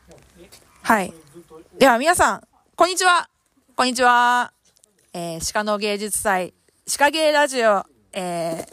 はい。では皆さん、こんにちは。こんにちは。鹿の芸術祭、鹿芸ラジオ、です。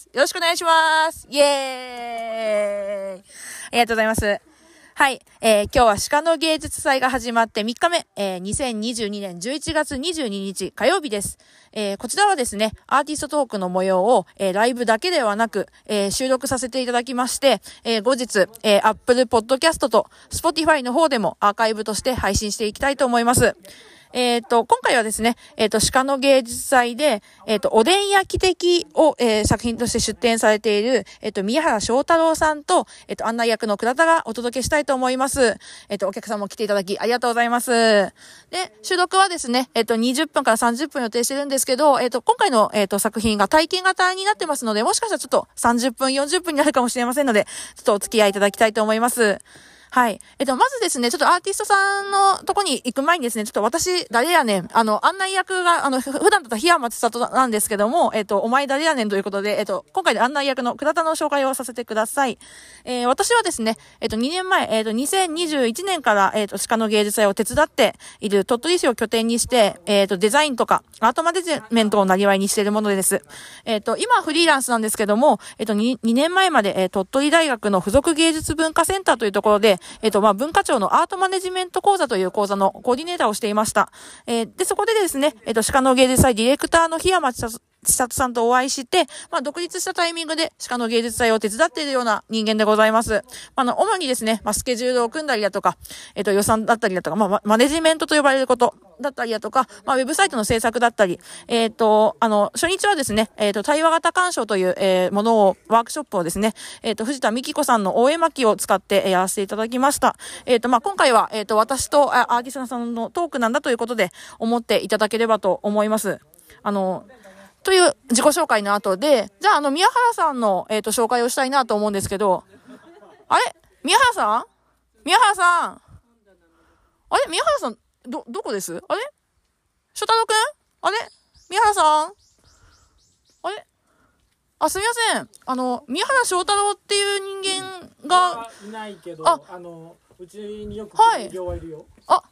よろしくお願いします。イエーイ。ありがとうございます。はい。今日は鹿の芸術祭が始まって3日目、2022年11月22日火曜日です。こちらはですね、アーティストトークの模様を、ライブだけではなく、収録させていただきまして、後日、Apple Podcast と Spotify の方でもアーカイブとして配信していきたいと思います。今回はですね、鹿の芸術祭で、おでん焼き的を、作品として出展されている、宮原翔太郎さんと、案内役の倉田がお届けしたいと思います。お客さんも来ていただきありがとうございます。で、収録はですね、20分から30分予定してるんですけど、今回の、作品が体験型になってますので、もしかしたらちょっと30分、40分になるかもしれませんので、ちょっとお付き合いいただきたいと思います。はい。まずですね、ちょっとアーティストさんのとこに行く前にですね、ちょっと私、誰やねん、案内役が、普段だったら檜山千里なんですけども、お前誰やねんということで、今回で案内役の倉田の紹介をさせてください。私はですね、2年前、2021年から、鹿の芸術祭を手伝っている鳥取市を拠点にして、デザインとか、アートマネジメントをなりわいにしているものです。今はフリーランスなんですけども、2年前まで、鳥取大学の附属芸術文化センターというところで、文化庁のアートマネジメント講座という講座のコーディネーターをしていました。で、そこでですね、鹿の芸術祭ディレクターの檜山千里さんとお会いして、独立したタイミングで鹿の芸術祭を手伝っているような人間でございます。主にですね、スケジュールを組んだりだとか、予算だったりだとか、マネジメントと呼ばれることだったりだとか、ウェブサイトの制作だったり、初日はですね、対話型鑑賞という、ものを、ワークショップをですね、藤田美希子さんの大絵巻を使って、やらせていただきました。今回は、私とアーティストさんのトークなんだということで、思っていただければと思います。という自己紹介の後で、じゃあ、宮原さんの、紹介をしたいなと思うんですけど、あれ宮原さん宮原さんあれ宮原さん、どこですあれ翔太郎くんあれ宮原さんあれすみません。宮原翔太郎っていう人間が、 いないけど、うちによく営業はいるよ。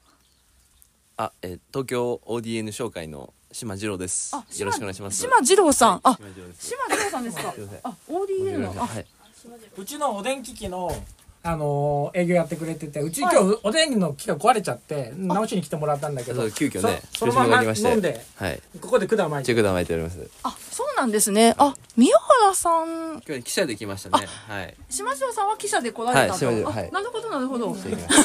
東京 ODN 紹介の島次郎です。よろしくお願いします。 島次郎さん。 島次郎さんですか。ODN の。 うちのおでん機器の、営業やってくれてて、うち今日おでんの機械壊れちゃって、直しに来てもらったんだけど、 急遽ね、 そのまま飲んで、ここで管巻いて。 管巻いております。 そうなんですね。宮原さん。 今日記者で来ましたね。はい。 島次郎さんは記者で来られたと。なるほど、なるほど。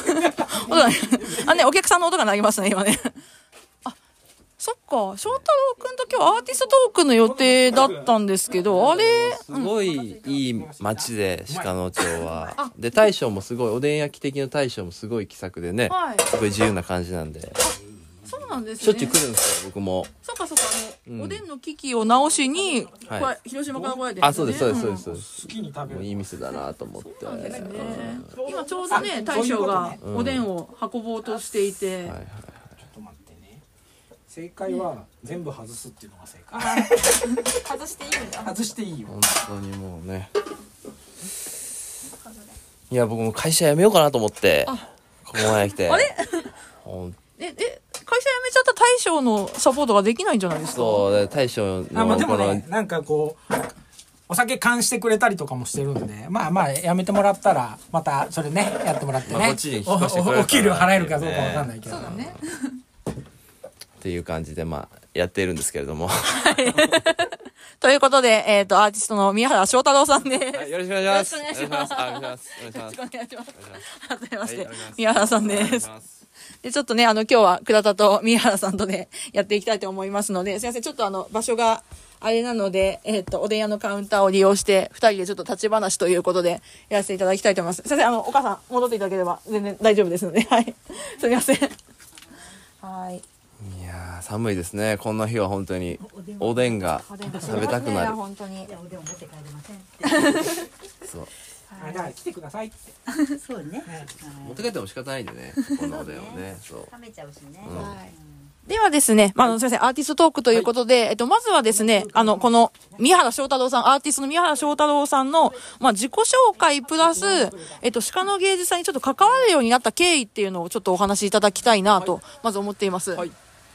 お客さんの音が鳴りますね、今ね。そっか、翔太郎くんと今日アーティストトークの予定だったんですけど、あれすごいいい街で、鹿野町は。で、大将もすごい、おでん焼き的な大将もすごい気さくでね、すごい自由な感じなんで。 そうなんですね。 しょっちゅう来るんですよ、僕も。 そっか、おでんの機器を直しに、広島から来られてるんですね。 そうです。 好きに食べる。 いい店だなと思って。 今ちょうどね、大将がおでんを運ぼうとしていて、 正解は全部外すっていうのが正解。 外していいんだ。 外していいよ。 本当にもうね。いや、僕も会社辞めようかなと思って、ここまで来て。 あれ会社辞めちゃった大将のサポートができないんじゃないですか。 そう、大将の。 でもね、なんかこう、お酒缶してくれたりとかもしてるんで、やめてもらったら、またそれね、やってもらってね。 こっちに引っ越してくれるから。 お給料払えるかどうかわかんないけど。 そうだね。 っていう感じでやっているんですけれどもということでアーティストの宮原翔太郎さんです。 よろしくお願いします。 よろしくお願いします。 よろしくお願いします。 よろしくお願いします。はじめまして、宮原さんです。で、ちょっとね、今日は倉田と宮原さんとでやっていきたいと思いますので、すいません、ちょっと場所があれなので、おでん屋のカウンターを利用して、二人でちょっと立ち話ということで、やらせていただきたいと思います。すいません、お母さん、戻っていただければ全然大丈夫ですので、はい。すみません。はい。 いやー、寒いですね。こんな日は本当におでんが食べたくなる。 本当に。 おでんを持って帰れません。 そう。 じゃあ来てくださいって。 そうね。 持って帰っても仕方ないんでね。このおでんをね。そう。 冷めちゃうしね。 ではですね、すみません、アーティストトークということで、まずはですね、この、宮原翔太郎さん、アーティストの宮原翔太郎さんの、自己紹介プラス、鹿の芸術祭にちょっと関わるようになった経緯っていうのをちょっとお話しいただきたいなと、まず思っています。はい。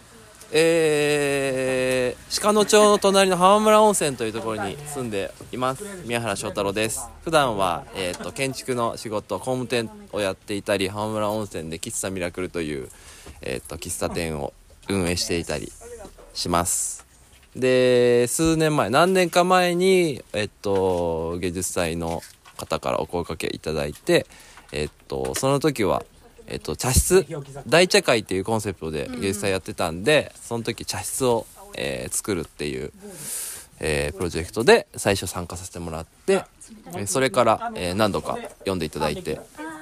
鹿野町の隣の浜村温泉というところに住んでいます宮原翔太郎です。普段は、建築の仕事、工務店をやっていたり、浜村温泉で喫茶ミラクルという、喫茶店を運営していたりします。で、何年か前に、芸術祭の方からお声かけいただいて、その時は茶室大茶会っていうコンセプトで芸術祭やってたんで、その時茶室を、作るっていう、プロジェクトで最初参加させてもらって、それから、何度か読んでいただいて、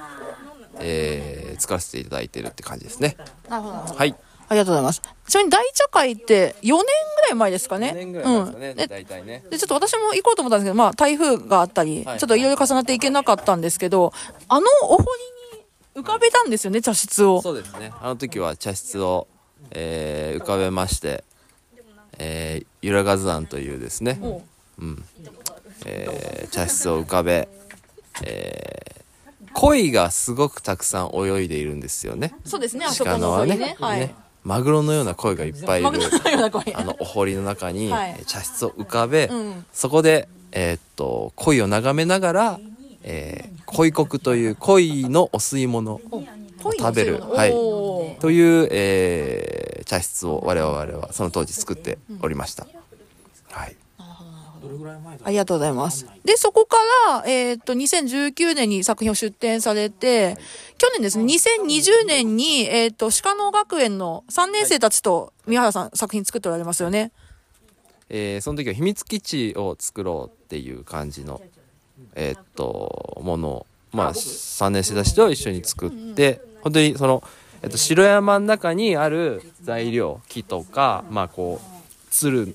作らせていただいてるって感じですね。 なるほど。 はい。 ありがとうございます。ちなみに大茶会って4年ぐらい前ですかね。 4年ぐらい前ですかね、大体ね。 で、ちょっと私も行こうと思ったんですけど、台風があったり、ちょっといろいろ重なっていけなかったんですけど、お堀に浮かべたんですよね、茶室を。 そうですね。あの時は茶室を、浮かべまして、ゆらがず庵というですね、茶室を浮かべ、鯉がすごくたくさん泳いでいるんですよね。 そうですね、あそこの堀ね。はい。 マグロのような鯉がいっぱいいるお堀の中に、茶室を浮かべ、そこで、鯉を眺めながら、鯉国という鯉のお吸い物を食べる、という、茶室を我々はその当時作っておりました。はい。 ありがとうございます。で、そこから、2019年に作品を出展されて、去年ですね、2020年に、鹿野学園の3年生たちと宮原さん作品作っておられますよね。 その時は秘密基地を作ろうっていう感じの、ものを、3年生たちと一緒に作って、本当にその、城山の中にある材料、木とか、鶴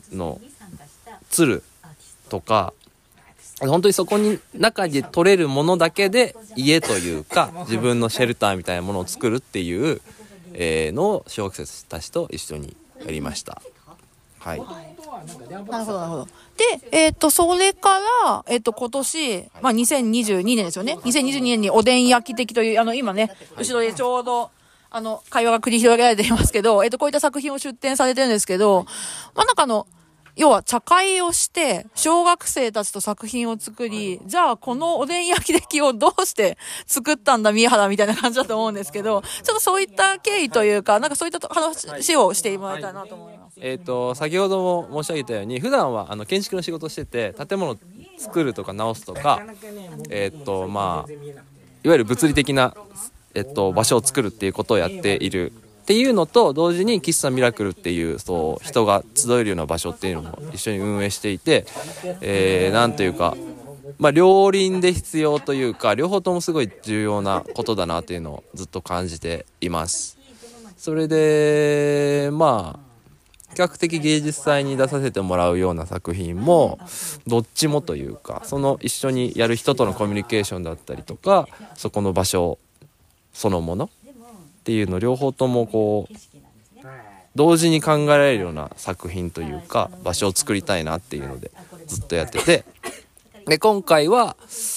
とか、本当にそこに中で取れるものだけで家というか自分のシェルターみたいなものを作るっていう、のを小学生たちと一緒にやりました。はい。 なるほどなるほど。で、それから、今年、2022年ですよね。2022年におでん焼き的という、今ね、後ろでちょうど、会話が繰り広げられていますけど、こういった作品を出展されてるんですけど、要は茶会をして、小学生たちと作品を作り、じゃあこのおでん焼き的をどうして作ったんだ宮原みたいな感じだと思うんですけど、ちょっとそういった経緯というか、そういった話をしてもらいたいなと思います。 先ほども申し上げたように、普段は建築の仕事をしてて、建物を作るとか直すとか、いわゆる物理的な、場所を作るっていうことをやっている。っていうのと同時に喫茶ミラクルっていう人が集えるような場所っていうのも一緒に運営していて、なんというか、両輪で必要というか両方ともすごい重要なことだなっていうのをずっと感じています。それで比較的芸術祭に出させてもらうような作品もどっちもというか、その一緒にやる人とのコミュニケーションだったりとか、そこの場所そのものっていうの両方とも同時に考えられるような作品というか場所を作りたいなっていうのでずっとやってて、で今回も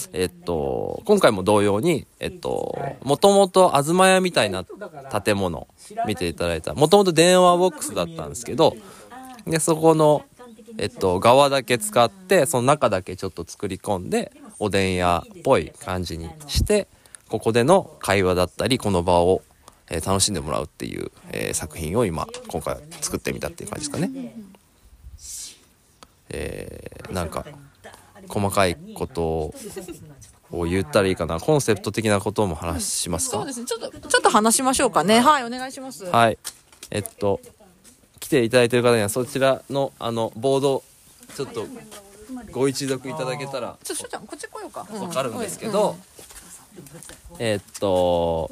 同様にもともと東屋みたいな建物見ていただいた、もともと電話ボックスだったんですけど、でそこの側だけ使ってその中だけちょっと作り込んでおでん屋っぽい感じにして、ここでの会話だったりこの場を楽しんでもらうっていう、作品を今回作ってみたっていう感じですかね。なんか細かいことを言ったらいいかな。コンセプト的なことも話しますか？ そうですね、ちょっと話しましょうかね。はい、お願いします。 はい、来ていただいている方にはそちらのボードちょっとご一読いただけたらちょっとこっち来ようか。 わかるんですけど、一応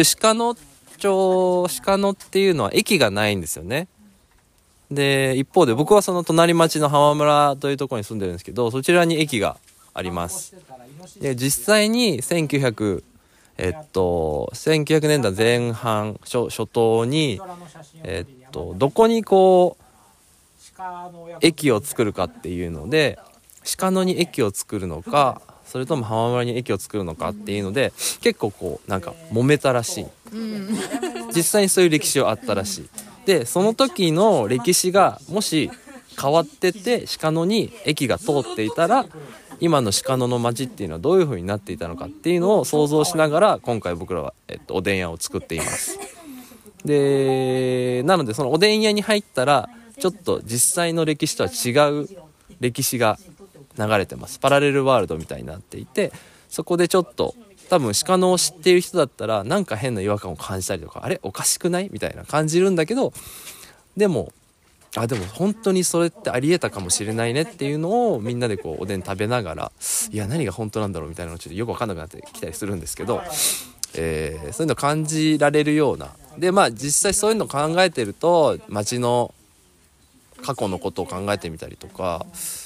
鹿野っていうのは駅がないんですよね。で一方で僕はその隣町の浜村というところに住んでるんですけど、そちらに駅があります。で実際に1900 1900年代前半初頭にどこにこう駅を作るかっていうので、鹿野に駅を作るのかそれとも浜村に駅を作るのかっていうので結構こうなんか揉めたらしい、実際にそういう歴史はあったらしい。でその時の歴史がもし変わってて鹿野に駅が通っていたら今の鹿野の町っていうのはどういう風になっていたのかっていうのを想像しながら今回僕らは、おでん屋を作っています。でなのでそのおでん屋に入ったらちょっと実際の歴史とは違う歴史が流れてます。パラレルワールドみたいになっていて、そこでちょっと多分鹿野を知っている人だったらなんか変な違和感を感じたりとか、あれおかしくないみたいな感じるんだけど、でも本当にそれってありえたかもしれないねっていうのをみんなでこうおでん食べながら、いや何が本当なんだろうみたいなのちょっとよく分かんなくなってきたりするんですけど、そういうのを感じられるようなで、実際そういうのを考えてると街の過去のことを考えてみたりとか、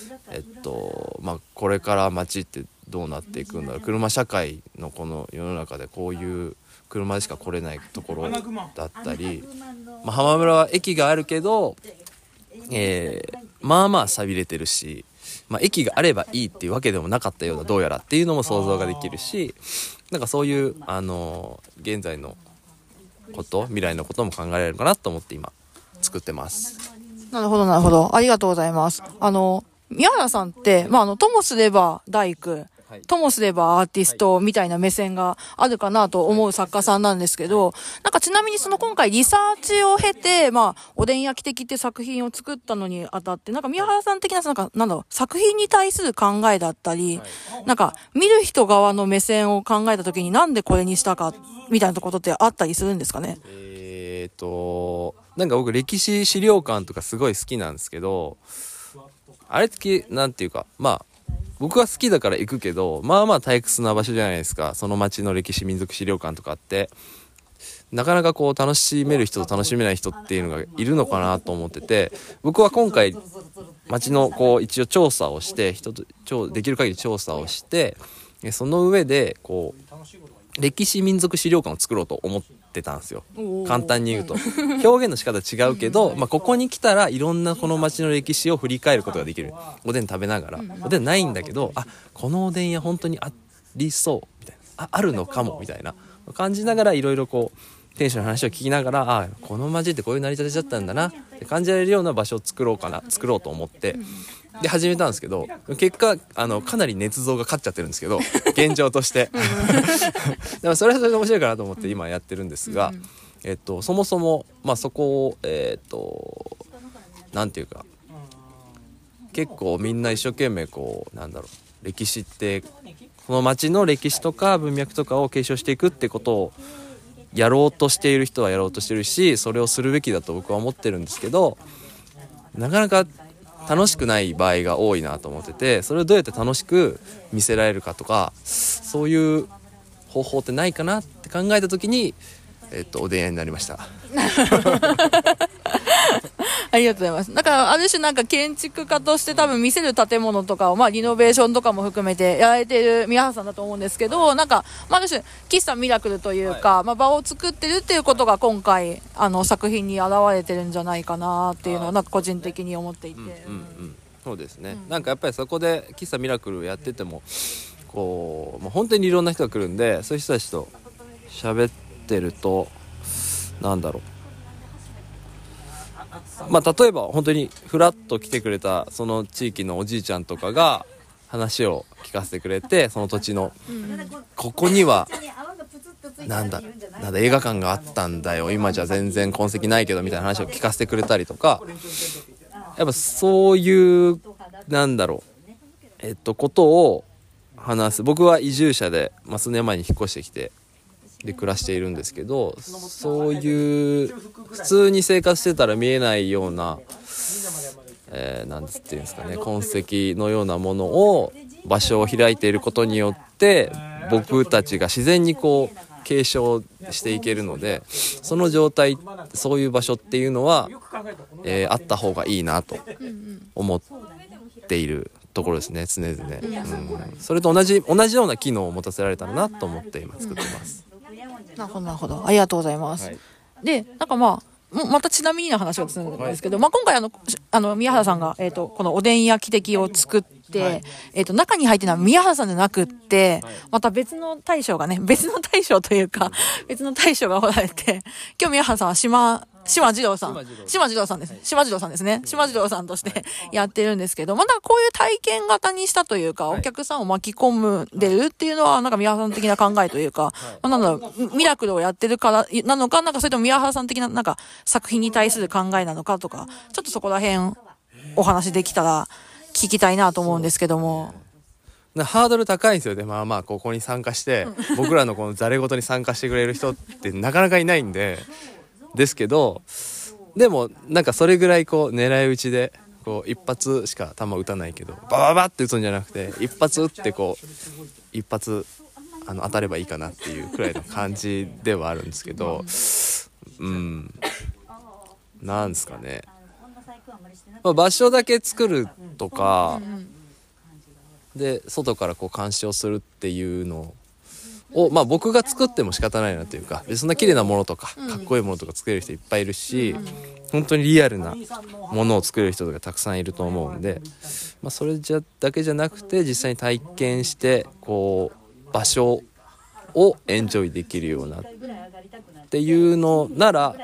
これから街ってどうなっていくんだろう、車社会のこの世の中でこういう車でしか来れないところだったり、浜村は駅があるけど、まあまあ寂れてるし、駅があればいいっていうわけでもなかったようなどうやらっていうのも想像ができるし、なんかそういう現在のこと未来のことも考えられるかなと思って今作ってます。 なるほど、なるほど。ありがとうございます。宮原さんって、ともすれば大工、ともすればアーティストみたいな目線があるかなと思う作家さんなんですけど、なんかちなみにその今回リサーチを経て、おでん焼き的って作品を作ったのにあたって、なんか宮原さん的な、作品に対する考えだったり、なんか見る人側の目線を考えた時になんでこれにしたか、みたいなことってあったりするんですかね？ なんか僕歴史資料館とかすごい好きなんですけど、あれってなんていうか、僕は好きだから行くけど、退屈な場所じゃないですか。その町の歴史民族資料館とかってなかなかこう楽しめる人と楽しめない人っていうのがいるのかなと思ってて、僕は今回町のこう一応調査をして人とできる限り調査をして、その上でこう歴史民族資料館を作ろうと思ってたんですよ。簡単に言うと表現の仕方違うけど、ここに来たらいろんなこの町の歴史を振り返ることができる。おでん食べながら、おでんないんだけど、このおでん屋本当にありそうみたいな、あるのかもみたいな感じながら、いろいろこう店主の話を聞きながら、この町ってこういう成り立ちだったんだなって感じられるような場所を作ろうと思ってで始めたんですけど、結果かなり捏造が勝っちゃってるんですけど現状としてでもそれはそれで面白いかなと思って今やってるんですが、そもそもそこをなんていうか、結構みんな一生懸命こう歴史ってこの町の歴史とか文脈とかを継承していくってことをやろうとしている人はやろうとしてるし、それをするべきだと僕は思ってるんですけど、なかなか楽しくない場合が多いなと思ってて、それをどうやって楽しく見せられるかとか、そういう方法ってないかなって考えた時に、おでん屋になりましたありがとうございます。だからある種なんか建築家として多分見せる建物とかをリノベーションとかも含めてやられている宮原さんだと思うんですけど、なんかある種喫茶ミラクルというか、場を作ってるっていうことが今回作品に現れてるんじゃないかなっていうのをなんか個人的に思っていて、 そうですね、なんかやっぱりそこで喫茶ミラクルをやっててもこうもう本当にいろんな人が来るんで、そういう人たちと喋ってると例えば本当にフラッと来てくれたその地域のおじいちゃんとかが話を聞かせてくれて、その土地の、ここには映画館があったんだよ、今じゃ全然痕跡ないけどみたいな話を聞かせてくれたりとか、やっぱそういうことを話す。僕は移住者で、数年前に引っ越してきてで暮らしているんですけど、そういう普通に生活してたら見えないような、なんつっていうんですかね、痕跡のようなものを場所を開いていることによって僕たちが自然にこう継承していけるので、その状態、そういう場所っていうのは、あった方がいいなと思っているところですね、常々、それと同じような機能を持たせられたらなと思って今作ってます。 なるほどなるほど、ありがとうございます。でなんかまたちなみにの話をするんですけど、今回宮原さんが、このおでん焼き的を作って、中に入ってるのは宮原さんじゃなくって、また別の大将がというか、別の大将がおられて、今日宮原さんは島次郎さんですね。島次郎さんとしてやってるんですけど、またこういう体験型にしたというか、お客さんを巻き込んでるっていうのは、なんか宮原さん的な考えというか、なんだろう、ミラクルをやってるからなのか、なんかそれとも宮原さん的な、なんか作品に対する考えなのかとか、ちょっとそこら辺お話できたら聞きたいなと思うんですけども。 ハードル高いんですよね。ここに参加して僕らのこのざれ言に参加してくれる人ってなかなかいないんですけど、でもなんかそれぐらいこう狙い撃ちでこう一発しか弾撃たないけどバババって撃つんじゃなくて、一発撃ってこう一発当たればいいかなっていうくらいの感じではあるんですけど、なんですかね、場所だけ作るとかで外からこう監視をするっていうのを僕が作っても仕方ないなというか、そんな綺麗なものとかかっこいいものとか作れる人いっぱいいるし、本当にリアルなものを作れる人がたくさんいると思うんで、それだけじゃなくて実際に体験してこう場所をエンジョイできるようなっていうのなら、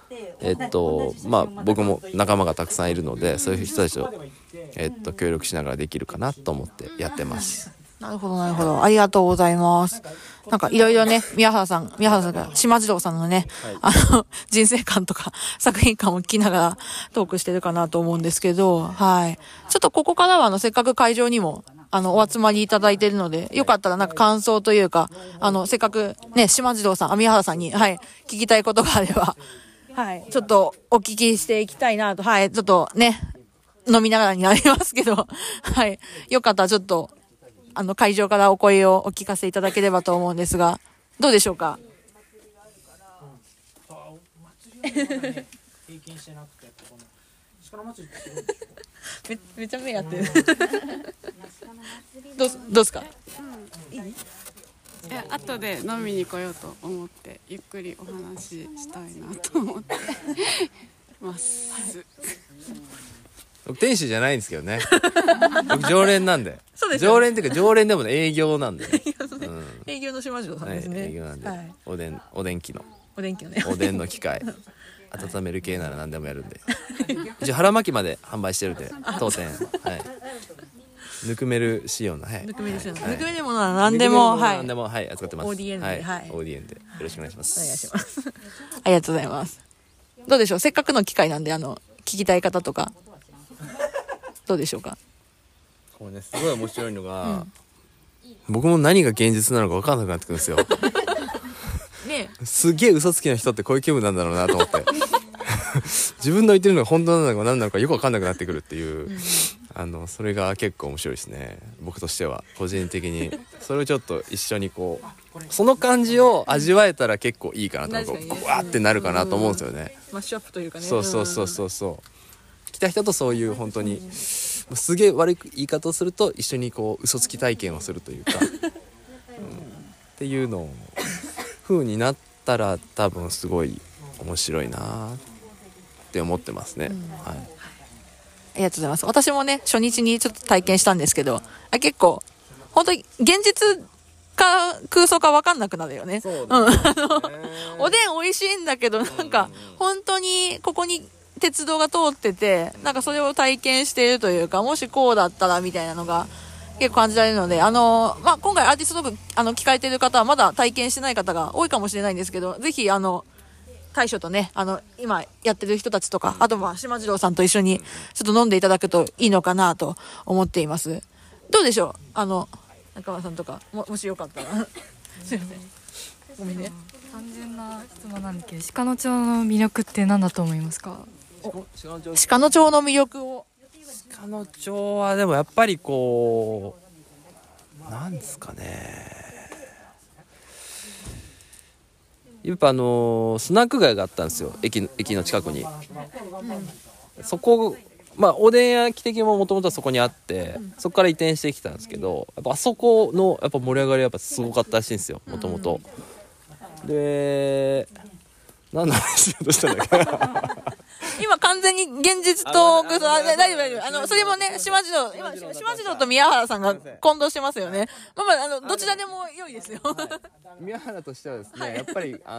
僕も仲間がたくさんいるので、そういう人たちと、協力しながらできるかなと思ってやってます。 なるほどなるほど、ありがとうございます。なんかいろいろね、宮原さんが島次郎さんのね、人生観とか作品観を聞きながらトークしてるかなと思うんですけど、はい。ちょっとここからはせっかく会場にもお集まりいただいているので、よかったらなんか感想というか、せっかくね、島次郎さん、宮原さんに、はい、聞きたいことがあれば、はい、ちょっとお聞きしていきたいなと、はい、ちょっとね、飲みながらになりますけど、はい、よかったらちょっと、会場からお声をお聞かせいただければと思うんですが、どうでしょうか。めちゃ目やってる。どうですか。 後で飲みに来ようと思ってゆっくりお話ししたいなと思ってます。 僕店主じゃないんですけどね。僕常連なんで。 そうです、 常連っていうか常連でもね、営業なんで、 営業の島次郎さんですね。 営業なんで、お電気のね、おでんの機械温める系なら何でもやるんで、一応腹巻きまで販売してるんで、当店、ぬくめる仕様の、ぬくめるものは何でも、 何でも、扱ってます。 ODN で、 ODN でよろしくお願いします。 お願いします。ありがとうございます。どうでしょう、せっかくの機会なんで、聞きたい方とかどうでしょうか。 これね、すごい面白いのが、僕も何が現実なのか分かんなくなってくるんですよ。 ね、 すげえ嘘つきな人ってこういう気分なんだろうなと思って。自分の言ってるのが本当なのか何なのかよく分かんなくなってくるっていう、それが結構面白いですね、僕としては。個人的にそれをちょっと一緒にこうその感じを味わえたら結構いいかなと、こうわーってなるかなと思うんですよね。 マッシュアップというかね。 そう来た人とそういう本当にすげえ悪い言い方をすると一緒にこう嘘つき体験をするというか、っていうの風になったら多分すごい面白いなって思ってますね。ありがとうございます。私もね、初日にちょっと体験したんですけど、結構本当に現実か空想か分かんなくなるよね。おでん美味しいんだけど、なんか本当にここに鉄道が通ってて、なんかそれを体験しているというか、もしこうだったらみたいなのが結構感じられるので、今回アーティストトーク聞かれている方はまだ体験してない方が多いかもしれないんですけど、ぜひ大将とね、今やってる人たちとか、あと島次郎さんと一緒にちょっと飲んでいただくといいのかなと思っています。どうでしょう、中村さんとか もしよかったら。すいません、ごめんね。 単純な質問なんだけど、鹿野町の魅力って何だと思いますか。 鹿野町の魅力を。 鹿野町はでもやっぱりこうなんですかね、やっぱスナック街があったんですよ、駅の近くに、そこまあおでん焼き的ももともとはそこにあって、そこから移転してきたんですけど、やっぱあそこのやっぱ盛り上がりやっぱすごかったらしいんですよ、もともと。で、何の話しようとしたんだっけ今完全に現実と、大丈夫大丈夫。それもね、島次郎、今、島次郎と宮原さんが混同してますよね。まあ、どちらでも良いですよ。 宮原としてはですね、やっぱりま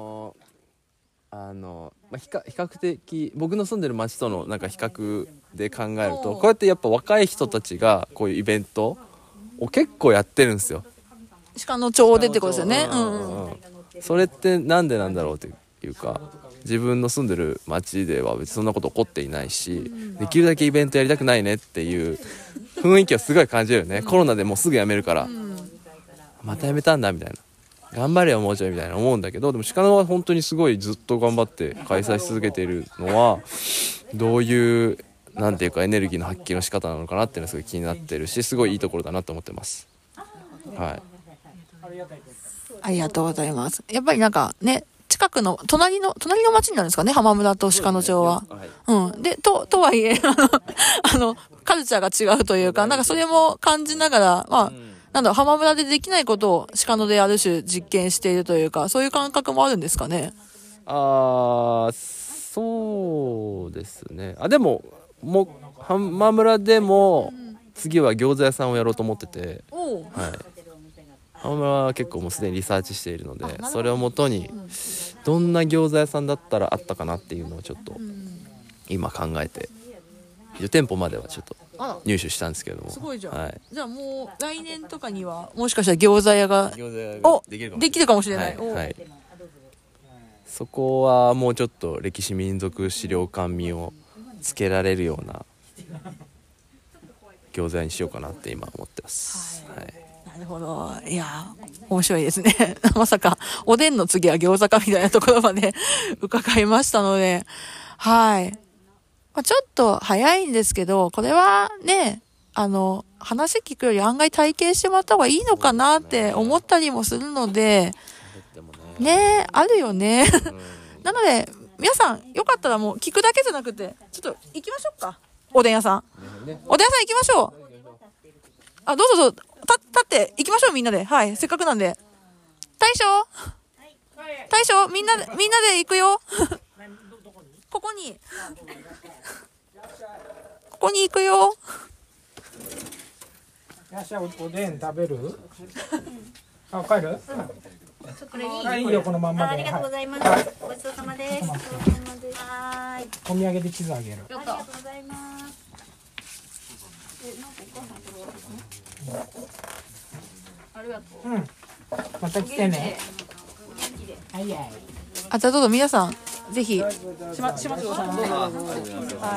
あ、比較的僕の住んでる町とのなんか比較で考えると、こうやってやっぱ若い人たちがこういうイベントを結構やってるんですよ。 鹿野町でってことですよね。 それってなんでなんだろうというか、自分の住んでる町では別にそんなこと起こっていないし、できるだけイベントやりたくないねっていう雰囲気はすごい感じるよね。コロナでもうすぐやめるから、またやめたんだみたいな、頑張れよもうちょいみたいな思うんだけど、でも鹿野は本当にすごいずっと頑張って開催し続けているのは、どういうなんていうかエネルギーの発揮の仕方なのかなっていうのはすごい気になってるし、すごいいいところだなと思ってます。はい、 ありがとうございます。やっぱりなんかね、近くの隣の町になるんですかね、浜村と鹿野町は。で、とはいえ、カルチャーが違うというか、なんかそれも感じながら、まあ、なんだろう、浜村でできないことを鹿野である種実験しているというか、そういう感覚もあるんですかね。 そうですね。でも、浜村でも、次は餃子屋さんをやろうと思ってて、はい。浜村は結構もうすでにリサーチしているので、それをもとにどんな餃子屋さんだったらあったかなっていうのをちょっと今考えて、店舗まではちょっと入手したんですけども、 すごいじゃん、 はい、 じゃあもう来年とかにはもしかしたら餃子屋ができるかもしれない、 はい、そこはもうちょっと歴史民族資料館味をつけられるような餃子屋にしようかなって今思ってます、はい。 なるほど。いや、面白いですね。まさか、おでんの次は餃子かみたいなところまで伺いましたので、はい。まあ、ちょっと早いんですけど、これはね、話聞くより案外体験してもらった方がいいのかなって思ったりもするので、ね、あるよね。なので、皆さん、よかったらもう聞くだけじゃなくて、ちょっと行きましょうか。おでん屋さん。おでん屋さん行きましょう。どうぞどうぞ。立って行きましょう、みんなで。はい、せっかくなんで。大将、みんなで行くよ。ここに行くよ。 いらっしゃい、おでん食べる？帰る？ これいいよ、このまんまで。 ありがとうございます。ごちそうさまです。はい。 お土産で地図あげる。 ありがとうございます。ありがとう。 また来てね。はいはい。 じゃあどうぞ皆さん、ぜひ、島次郎さん。はい。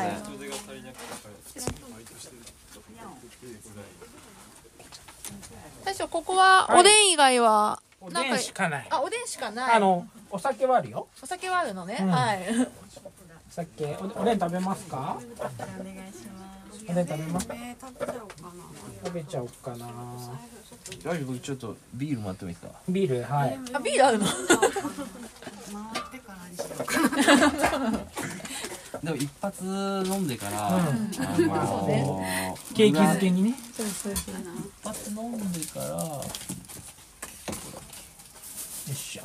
大将、ここはおでん以外は、 おでんしかない。 おでんしかない。 お酒はあるよ。 お酒はあるのね。はい。 お酒、おでん食べますか？ お願いします。 おでん食べます？ 食べちゃおうかな。 食べちゃおうかな。 大丈夫？ちょっとビールもらってもいいですか？ ビール、はい。 ビールあるの？ 回ってからにしようかな。 でも一発飲んでから、 ケーキ漬けにね。 一発飲んでから、 よっしゃ。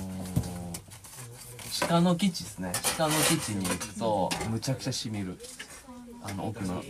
鹿の基地ですね。鹿の基地に行くとむちゃくちゃしみる。奥の。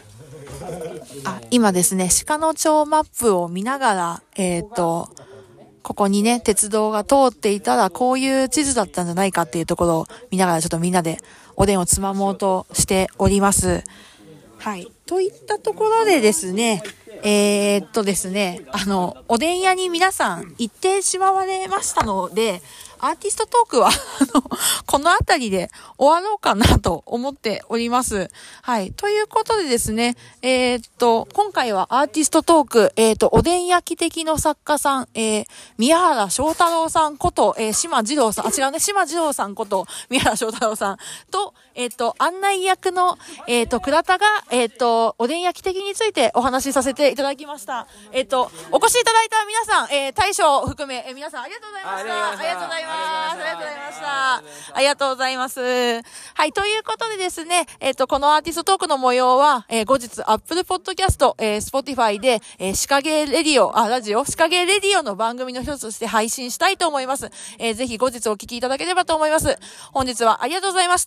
今ですね、鹿野町マップを見ながら、ここにね、鉄道が通っていたら、こういう地図だったんじゃないかっていうところを見ながら、ちょっとみんなでおでんをつまもうとしております。はい。といったところでですね、ですね、おでん屋に皆さん行ってしまわれましたので、アーティストトークは、このあたりで終わろうかなと思っております。はい。ということでですね、今回はアーティストトーク、おでん焼き的の作家さん、宮原翔太郎さんこと、島次郎さん、島次郎さんこと、宮原翔太郎さんと、案内役の、倉田が、おでん焼き的についてお話しさせていただきました。お越しいただいた皆さん、大将を含め、皆さんありがとうございました。ありがとうございました。ありがとうございました。ありがとうございます。 はい、ということでですね、このアーティストトークの模様は、後日、Apple Podcast、Spotify で、シカゲーレディオの番組の一つとして配信したいと思います。ぜひ後日お聞きいただければと思います。本日はありがとうございました。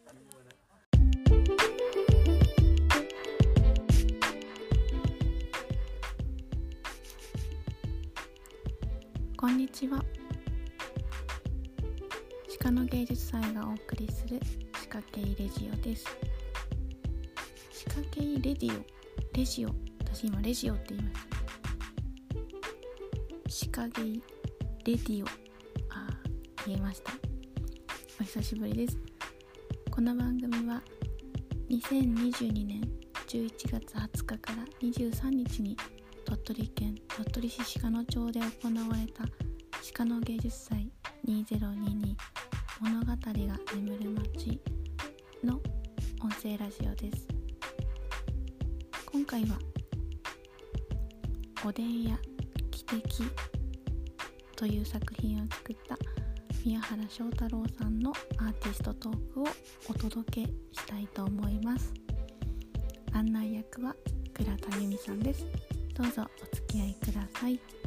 こんにちは。鹿の芸術祭がお送りする鹿系レジオです。鹿系レジオ、私今レジオって言いました。鹿系レディオ、言えました。お久しぶりです。この番組は2022年11月20日から23日に鳥取県鳥取市鹿野町で行われた鹿の芸術祭2022物語が眠る街の音声ラジオです。今回はおでん屋汽笛という作品を作った宮原翔太郎さんのアーティストトークをお届けしたいと思います。案内役は倉田由美さんです。どうぞお付き合いください。